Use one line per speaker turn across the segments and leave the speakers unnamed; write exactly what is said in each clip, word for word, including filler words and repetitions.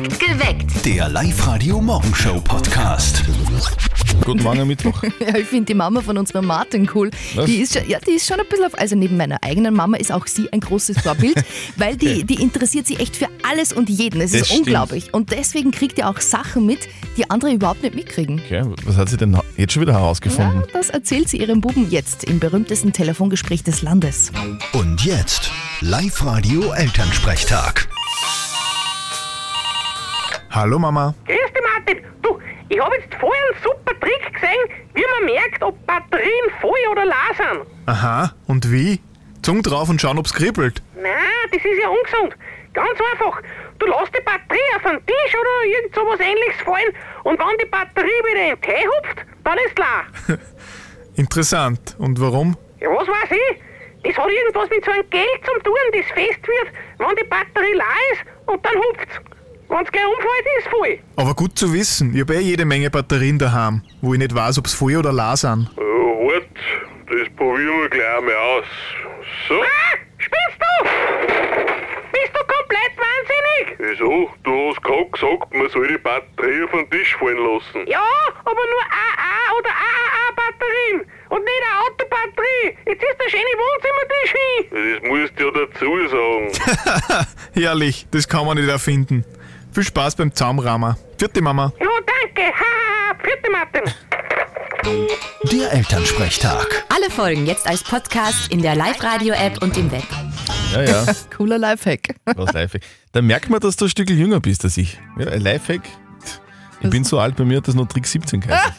Perfekt geweckt.
Der Live-Radio-Morgenshow-Podcast.
Guten Morgen am Mittwoch.
Ja, ich finde die Mama von unserer Martin cool.
Was?
Die ist, schon, ja, die ist schon ein bisschen auf, also neben meiner eigenen Mama ist auch sie ein großes Vorbild, weil die, die interessiert sich echt für alles und jeden. Es
Das
ist
stimmt.
unglaublich. Und deswegen kriegt ihr auch Sachen mit, die andere überhaupt nicht mitkriegen.
Okay, was hat sie denn jetzt schon wieder herausgefunden?
Ja, das erzählt sie ihrem Buben jetzt im berühmtesten Telefongespräch des Landes.
Und jetzt Live-Radio-Elternsprechtag.
Hallo Mama.
Grüß dich, Martin. Du, ich habe jetzt voll einen super Trick gesehen, wie man merkt, ob Batterien voll oder leer sind.
Aha, und wie? Zunge drauf und schauen, ob's kribbelt.
Nein, das ist ja ungesund. Ganz einfach. Du lässt die Batterie auf den Tisch oder irgend sowas ähnliches fallen und wenn die Batterie wieder in den Tee hupft, dann ist leer.
Interessant. Und warum?
Ja, was weiß ich? Das hat irgendwas mit so einem Gel zu tun, das fest wird, wenn die Batterie leer ist und dann hupft's. Wenn's gleich umfällt, ist es voll.
Aber gut zu wissen. Ich habe eh jede Menge Batterien daheim, wo ich nicht weiß, ob's voll oder leer sind.
Ja, wart, das probieren wir gleich einmal aus. So,
Ah, spinnst du? Bist du komplett wahnsinnig?
wieso? Du hast gerade gesagt, man soll die Batterie auf den Tisch fallen lassen.
Ja, aber nur A A oder A A A-Batterien und nicht eine Autobatterie. Jetzt ist der schöne Wohnzimmertisch hin.
Das musst du ja dazu sagen.
Herrlich, das kann man nicht erfinden. Viel Spaß beim Zaumrahmen. Vierte Mama.
Ja, danke. Hahaha, vierte Martin.
Der Elternsprechtag.
Alle Folgen jetzt als Podcast in der Live-Radio-App und im Web.
Ja, ja,
Cooler Lifehack.
was Lifehack. Da merkt man, dass du ein Stück jünger bist als ich. Ja, ein Lifehack. Ich bin so alt, bei mir hat das noch Trick siebzehn geheißen.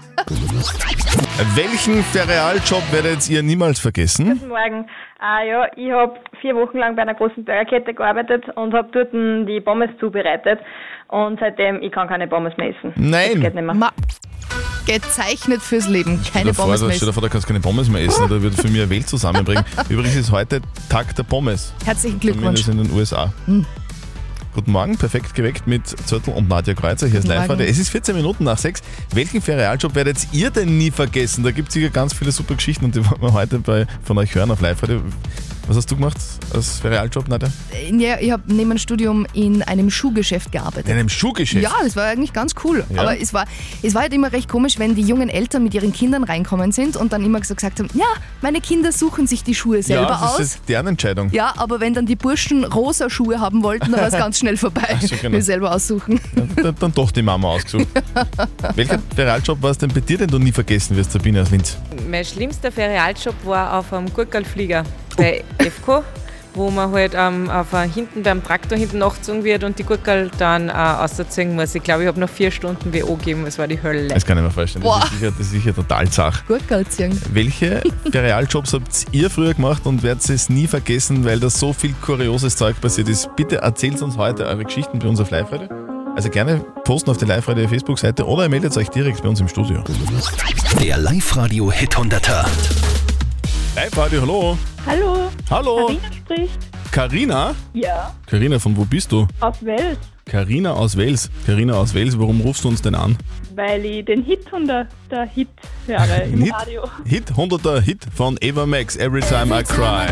Welchen Ferialjob werdet ihr niemals vergessen?
Guten Morgen. Ah, ja, ich habe vier Wochen lang bei einer großen Burgerkette gearbeitet und habe dort die Pommes zubereitet. Und seitdem, ich kann keine Pommes mehr essen.
Nein.
Das geht nicht mehr.
Ma gezeichnet fürs Leben. Keine
Stell dir vor,
Pommes
da-
mehr.
stell dir vor, da kannst du keine Pommes mehr essen. Da würde für mich eine Welt zusammenbringen. Übrigens ist heute Tag der Pommes.
Herzlichen Glückwunsch.
Zumindest in den U S A. Guten Morgen, perfekt geweckt mit Zörtl und Nadja Kreuzer. Hier ist
Guten
Live-Radio.
Morgen.
Es ist vierzehn Minuten nach sechs. Welchen Ferialjob werdet ihr denn nie vergessen? Da gibt es sicher ganz viele super Geschichten und die wollen wir heute bei, von euch hören auf Live-Radio. Was hast du gemacht als Ferialjob, Nadja?
Ja, ich habe neben dem Studium in einem Schuhgeschäft gearbeitet.
In einem Schuhgeschäft?
Ja, das war eigentlich ganz cool.
Ja.
Aber es war, es war halt immer recht komisch, wenn die jungen Eltern mit ihren Kindern reinkommen sind und dann immer so gesagt haben, ja, meine Kinder suchen sich die Schuhe selber
ja, das
aus.
ist deren Entscheidung.
Ja, aber wenn dann die Burschen rosa Schuhe haben wollten, dann war es ganz schnell vorbei.
so, genau.
Wir selber aussuchen.
Dann, dann doch die Mama ausgesucht. Welcher Ferialjob war es denn bei dir, den du nie vergessen wirst, Sabine aus Linz?
Mein schlimmster Ferialjob war auf einem Gurkelflieger bei F C O, wo man halt ähm, auf, äh, hinten beim Traktor hinten nachgezogen wird und die Gurkel dann äh, ausziehen muss. Ich glaube, ich habe noch vier Stunden W O gegeben, es war die Hölle.
Das kann ich mir vorstellen. Das
Boah.
ist, sicher, das ist sicher total zach.
Gurkel ziehen.
Welche Ferialjobs habt ihr früher gemacht und werdet es nie vergessen, weil da so viel kurioses Zeug passiert ist? Bitte erzählt uns heute eure Geschichten bei uns auf Live-Radio. Also gerne posten auf die Live-Radio Facebook-Seite oder ihr meldet euch direkt bei uns im Studio.
Der Live-Radio-Hit hunderter.
Live-Radio, hallo.
Hallo,
Hallo.
Karina spricht.
Carina?
Ja,
Carina, von wo bist du?
aus Wels,
Carina aus Wels. Carina aus Wels, warum rufst du uns denn an?
weil ich den Hit hunderter Hit höre im
Hit?
Radio.
Hit, hunderter Hit von Ava Max, Every Time I Cry.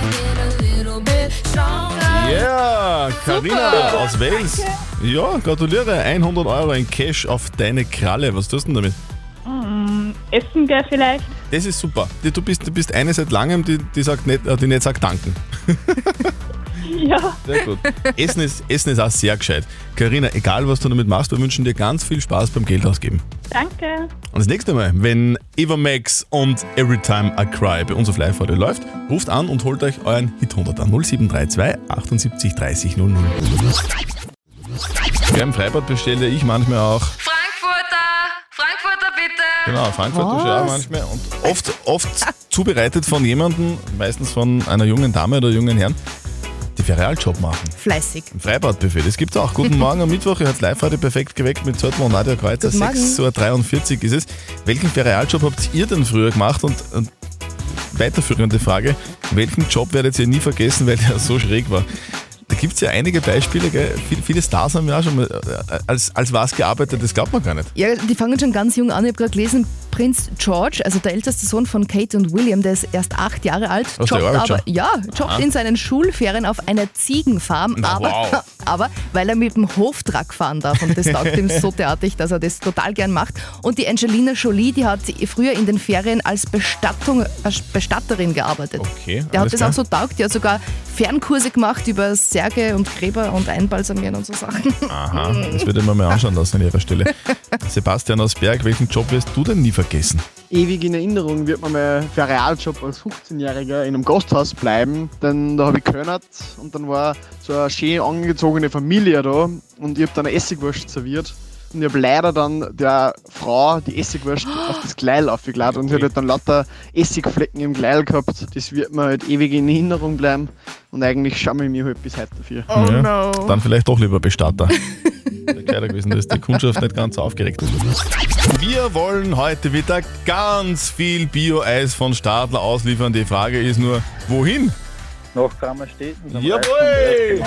Yeah, Carina aus Wales. Ja, gratuliere. hundert Euro in Cash auf deine Kralle. Was tust du denn damit?
Mm, Essen gell vielleicht?
Das ist super. Die- Du bist, du bist eine seit langem, die, die, sagt nicht, äh, die nicht sagt Danken.
Ja,
Sehr gut. Essen ist, Essen ist auch sehr gescheit. Carina, egal was du damit machst, wir wünschen dir ganz viel Spaß beim Geld ausgeben.
danke.
Und das nächste Mal, wenn Eva Max und Every Time I Cry bei uns auf Live-Radio läuft, ruft an und holt euch euren Hit hundert an. null sieben drei zwei achtundsiebzig dreißig null null. Wer im Freibad bestellt, ja ich manchmal auch.
Frankfurter, Frankfurter bitte.
Genau, Frankfurt tue ich auch manchmal. Und oft, oft zubereitet von jemandem, meistens von einer jungen Dame oder jungen Herrn, die Ferialjob machen.
Fleißig.
Ein Freibadbuffet, das gibt's auch. Guten Morgen am Mittwoch, ihr hört Live-Radio perfekt geweckt mit Zörtl und Nadja Kreuzer.
Guten Morgen.
sechs Uhr dreiundvierzig ist es. Welchen Ferialjob habt ihr denn früher gemacht? Und, und weiterführende Frage, welchen Job werdet ihr nie vergessen, weil der so schräg war? Da gibt es ja einige Beispiele, gell? Viele, viele Stars haben ja auch schon mal äh, als, als was gearbeitet, das glaubt man gar nicht.
Ja, die fangen schon ganz jung an. Ich habe gerade gelesen, Prinz George, also der älteste Sohn von Kate und William, der ist erst acht Jahre alt,
Was, der
jobbt
arbeitet
aber,
schon?
ja, jobbt in seinen Schulferien auf einer Ziegenfarm,
Na,
aber,
wow.
aber weil er mit dem Hoftruck fahren darf und das taugt ihm so derartig, dass er das total gern macht. Und die Angelina Jolie, die hat früher in den Ferien als Bestattung, als Bestatterin gearbeitet.
Okay,
Der hat
alles
das
klar.
auch so taugt, die hat sogar Fernkurse gemacht über Särge und Gräber und Einbalsamieren und so Sachen.
Aha, das würde ich mir mal anschauen lassen an ihrer Stelle. Sebastian aus Berg, welchen Job wirst du denn nie vergessen?
Ewig in Erinnerung wird mir mein Ferialjob als fünfzehnjähriger in einem Gasthaus bleiben, denn da habe ich gekönert und dann war so eine schön angezogene Familie da und ich habe dann eine Essigwurst serviert und ich habe leider dann der Frau die Essigwurst auf das Gleil aufgeladen und sie hat halt dann lauter Essigflecken im Gleil gehabt. Das wird mir halt ewig in Erinnerung bleiben und eigentlich schaue ich mich halt bis heute dafür.
Oh
ja,
no.
Dann vielleicht doch lieber Bestatter. Wäre gescheiter gewesen, dass die Kundschaft nicht ganz so aufgeregt ist. Wir wollen heute wieder ganz viel Bio-Eis von Stadler ausliefern. Die Frage ist nur, wohin?
Nach Grammerstetten.
Jawohl!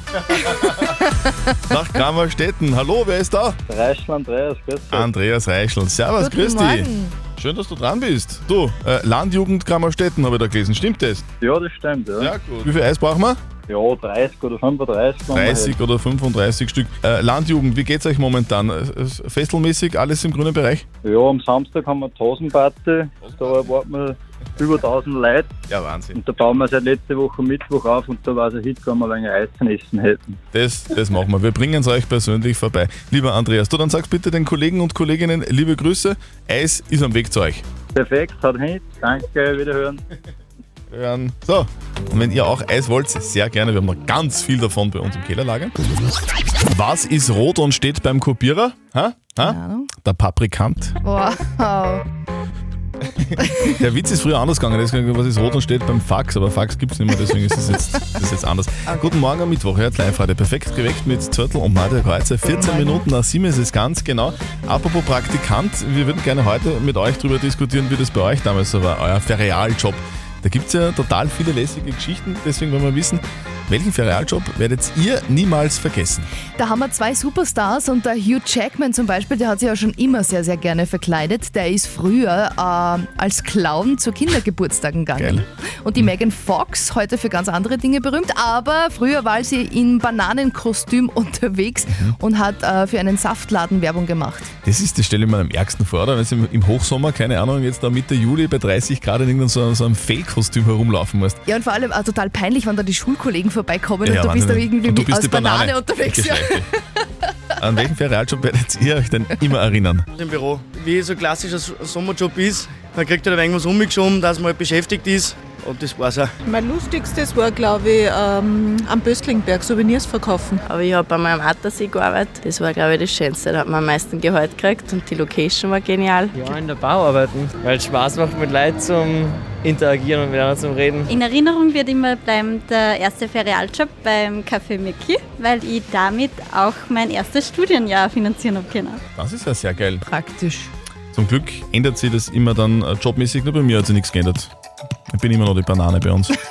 Nach Grammerstetten. Hallo, wer ist da?
Reischl Andreas, grüß dich.
Andreas Reischl. Servus,
Guten
grüß dich.
Morgen.
Schön, dass du dran bist. Du, äh, Landjugend Grammerstetten habe ich da gelesen. Stimmt das?
Ja, das stimmt, ja.
Ja, gut. Wie viel Eis brauchen wir?
Ja, dreißig oder fünfunddreißig. wenn man
dreißig oder fünfunddreißig Stück. Äh, Landjugend, wie geht's euch momentan? Äh, Festelmäßig alles im grünen Bereich?
hat. Ja, am Samstag haben wir die Hosenparty. Da erwarten wir über tausend Leute.
Ja, Wahnsinn.
Und da bauen wir seit letzter Woche Mittwoch auf und da war es ein Hit, wenn wir ein wenig Eis zum Essen hätten.
Das, das machen wir. Wir bringen es euch persönlich vorbei. Lieber Andreas, du dann sagst bitte den Kollegen und Kolleginnen liebe Grüße. Eis ist am Weg zu euch.
Perfekt, hat hin. Danke, wiederhören.
Ähm, So, und wenn ihr auch Eis wollt, sehr gerne. Wir haben noch ganz viel davon bei uns im Kellerlager. Was ist rot und steht beim Kopierer? Ha? Ha?
Ahnung.
Der Paprikant.
Wow.
Der Witz ist früher anders gegangen. Das ist, was ist rot und steht beim Fax, aber Fax gibt es nicht mehr, deswegen ist das jetzt, das ist jetzt anders. Guten Morgen am Mittwoch, hört live heute. Perfekt geweckt mit Zörtl und Nadja Kreuzer. vierzehn Minuten nach sieben ist es ganz genau. Apropos Praktikant, wir würden gerne heute mit euch darüber diskutieren, wie das bei euch damals so war, euer Ferialjob. Da gibt es ja total viele lässige Geschichten, deswegen wollen wir wissen, welchen Ferialjob werdet ihr niemals vergessen?
Da haben wir zwei Superstars und der Hugh Jackman zum Beispiel, der hat sich ja schon immer sehr, sehr gerne verkleidet. Der ist früher äh, als Clown zu Kindergeburtstagen gegangen.
Geil.
Und die Megan Fox, heute für ganz andere Dinge berühmt, aber früher war sie in Bananenkostüm unterwegs und hat äh, für einen Saftladen Werbung gemacht.
Das ist, das stelle ich mir am ärgsten vor, oder? Wenn du im, im Hochsommer, keine Ahnung, jetzt da Mitte Juli bei dreißig Grad in irgendeinem so, so einem Fake-Kostüm herumlaufen musst.
Ja, und vor allem auch total peinlich, wenn da die Schulkollegen vorbeikommen
Ja,
und du bist da
Wahnsinn.
irgendwie
Und du
mit-
bist
als
die
Banane,
Banane.
unterwegs. Ja.
Geschleifte. An welchen Ferialjob werdet ihr euch denn immer erinnern?
Im Büro. Wie so ein klassischer Sommerjob ist, man kriegt halt irgendwas umgeschoben, dass man halt beschäftigt ist und das war's auch.
Mein lustigstes war, glaube ich, ähm, am Böstlingberg Souvenirs verkaufen.
Aber ich habe bei meinem Attersee gearbeitet. Das war, glaube ich, das Schönste. Da hat man am meisten Gehalt gekriegt und die Location war genial.
Ja, in der Bauarbeiten, weil es Spaß macht, mit Leuten zum Interagieren und miteinander zum Reden.
In Erinnerung wird immer bleiben der erste Ferialjob beim Café Mickey, weil ich damit auch mein erstes Studienjahr finanzieren habe können.
Das ist ja sehr geil.
Praktisch.
Zum Glück ändert sich das immer dann äh, jobmäßig, nur bei mir hat sich nichts geändert. Ich bin immer noch die Banane bei uns.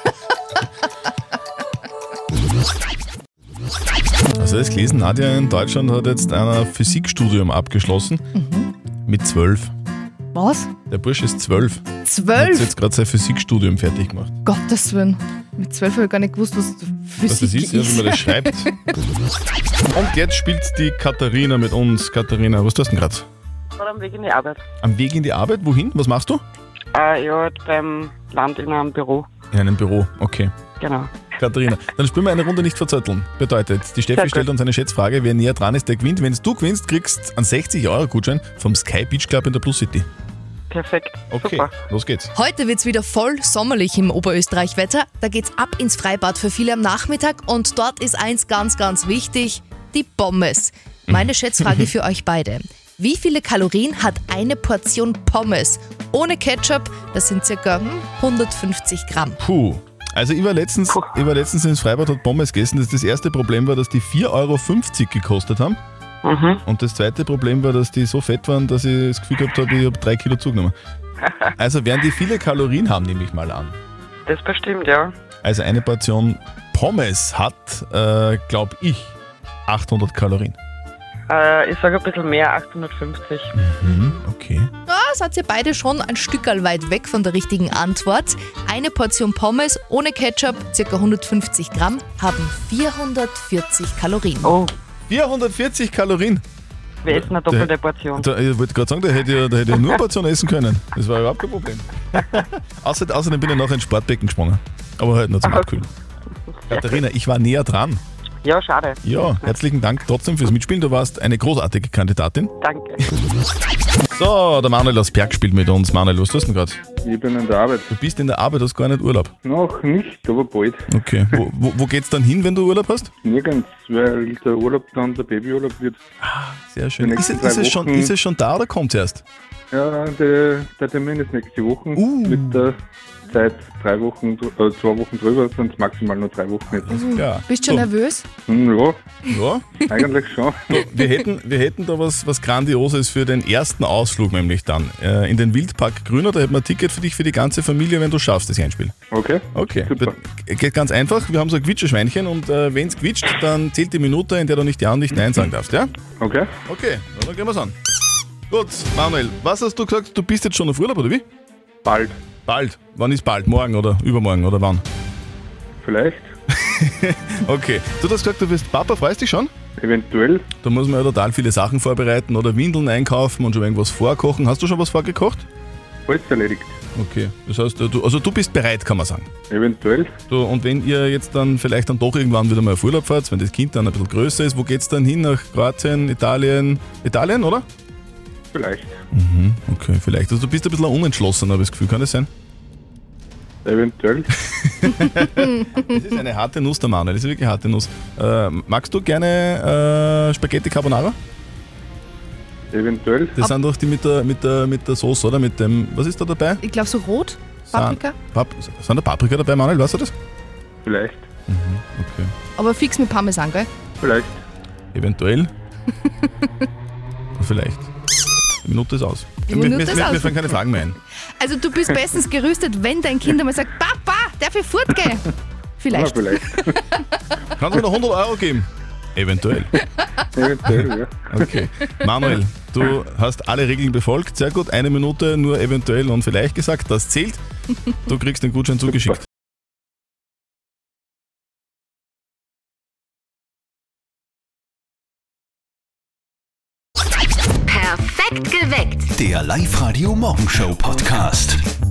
Also das gelesen, Nadja in Deutschland hat jetzt ein Physikstudium abgeschlossen.
Mhm.
Mit zwölf.
Was?
Der Bursch ist zwölf.
Zwölf?
Hat jetzt gerade sein Physikstudium fertig gemacht.
Gottes Willen. Mit zwölf habe ich gar nicht gewusst, was Physik
Was das ist, ja, wie man das schreibt. Und jetzt spielt die Katharina mit uns. Katharina, was tust du denn gerade?
Oder am Weg in die Arbeit.
Am Weg in die Arbeit? Wohin? Was machst du?
Äh, ja, beim Land in einem Büro.
In einem Büro, okay.
Genau.
Katharina, dann spielen wir eine Runde nicht verzötteln. Bedeutet, die Steffi
Sehr
stellt
gut.
uns eine Schätzfrage, wer näher dran ist, der gewinnt. Wenn du gewinnst, kriegst du einen sechzig Euro Gutschein vom Sky Beach Club in der Plus City.
Perfekt.
Okay,
Super.
los geht's.
Heute wird's wieder voll sommerlich im Oberösterreich-Wetter. Da geht's ab ins Freibad für viele am Nachmittag und dort ist eins ganz, ganz wichtig, die Pommes. Meine Schätzfrage für euch beide. Wie viele Kalorien hat eine Portion Pommes? Ohne Ketchup, das sind ca. hundertfünfzig Gramm.
Puh. Also ich war letztens, ich war letztens ins Freibad, hat Pommes gegessen. Das, das erste Problem war, dass die vier Euro fünfzig gekostet haben.
Mhm.
Und das zweite Problem war, dass die so fett waren, dass ich das Gefühl gehabt habe, ich habe drei Kilo zugenommen. Also werden die viele Kalorien haben, nehme ich mal an.
Das bestimmt, ja.
Also eine Portion Pommes hat, äh, glaube ich, achthundert Kalorien.
Äh, ich sage ein bisschen mehr, achthundertfünfzig.
Mhm, okay.
Ja, seid ihr beide schon ein Stückerl weit weg von der richtigen Antwort. Eine Portion Pommes ohne Ketchup, ca. hundertfünfzig Gramm, haben vierhundertvierzig Kalorien.
Oh.
vierhundertvierzig Kalorien?
Wir essen eine doppelte Portion.
Da, ich wollte gerade sagen, da hätte ich, da hätte ich nur eine Portion essen können. Das war überhaupt kein Problem. Außer, außerdem bin ich nachher ins Sportbecken gesprungen. Aber halt nur zum Abkühlen. Katharina, ich war näher dran.
Ja, schade.
Ja, herzlichen Dank trotzdem fürs Mitspielen. Du warst eine großartige Kandidatin.
Danke.
So, der Manuel aus Berg spielt mit uns. Manuel, was tust du denn gerade?
Ich bin in der Arbeit.
Du bist in der Arbeit, hast gar nicht Urlaub?
Noch nicht, aber bald.
Okay. Wo, wo, wo geht's dann hin, wenn du Urlaub hast?
Nirgends, weil der Urlaub dann der Babyurlaub wird.
Sehr schön. Ist, es- ist, es schon, ist es schon da oder kommt es erst?
Ja, der, der Termin ist nächste Woche.
Uh.
Mit der Zeit drei Wochen, äh, zwei Wochen drüber, sind es maximal nur drei Wochen jetzt.
Ja.
Bist du schon
So.
nervös?
Hm, ja,
Ja.
eigentlich schon.
So, wir, hätten, wir hätten da was, was Grandioses für den ersten Ausflug, nämlich dann äh, in den Wildpark Grüner. Da hätten wir ein Ticket für dich, für die ganze Familie, wenn du schaffst, das Einspiel.
Okay.
Okay. Das geht ganz einfach. Wir haben so ein Quietscheschweinchen und äh, wenn es quietscht, dann zählt die Minute, in der du nicht Ja und nicht Nein sagen darfst, ja?
Okay.
Okay, dann gehen wir's an. Gut, Manuel, was hast du gesagt? Du bist jetzt schon auf Urlaub, oder wie?
Bald.
Bald? Wann ist bald? Morgen oder übermorgen oder wann?
Vielleicht.
Okay. Du hast gesagt, du bist Papa, freust dich schon?
Eventuell.
Da muss man ja total viele Sachen vorbereiten oder Windeln einkaufen und schon irgendwas vorkochen. Hast du schon was vorgekocht?
Alles erledigt.
Okay, das heißt, du, also du bist bereit, kann man sagen.
Eventuell.
Du, und wenn ihr jetzt dann vielleicht dann doch irgendwann wieder mal auf Urlaub fahrt, wenn das Kind dann ein bisschen größer ist, wo geht's dann hin? Nach Kroatien, Italien? Italien, oder?
Vielleicht.
Mhm, okay, vielleicht. Also du bist ein bisschen unentschlossen, habe ich das Gefühl. Kann das sein?
Eventuell.
Das ist eine harte Nuss, der Manuel. Das ist wirklich eine harte Nuss. Äh, magst du gerne äh, Spaghetti Carbonara?
Eventuell.
Das sind doch die mit der, mit der, mit der Sauce, oder? Mit dem, was ist da dabei?
Ich glaube so rot, Paprika.
Pap sind da Paprika dabei, Manuel? Weißt du das?
Vielleicht.
Mhm, okay.
Aber fix mit Parmesan, gell?
Vielleicht.
Eventuell. Vielleicht. Die Minute ist aus.
Die
mir,
Minute
mir,
ist
mir,
aus.
mir fallen keine Fragen mehr ein.
Also du bist bestens gerüstet, wenn dein Kind einmal sagt, Papa, darf ich fortgehen? Vielleicht.
Ja, vielleicht.
Kannst du mir noch hundert Euro geben? Eventuell.
Eventuell, ja.
Okay. Manuel, du hast alle Regeln befolgt. Sehr gut. Eine Minute, nur eventuell und vielleicht gesagt. Das zählt. Du kriegst den Gutschein zugeschickt.
Perfekt geweckt.
Der Live-Radio Morgenshow Podcast.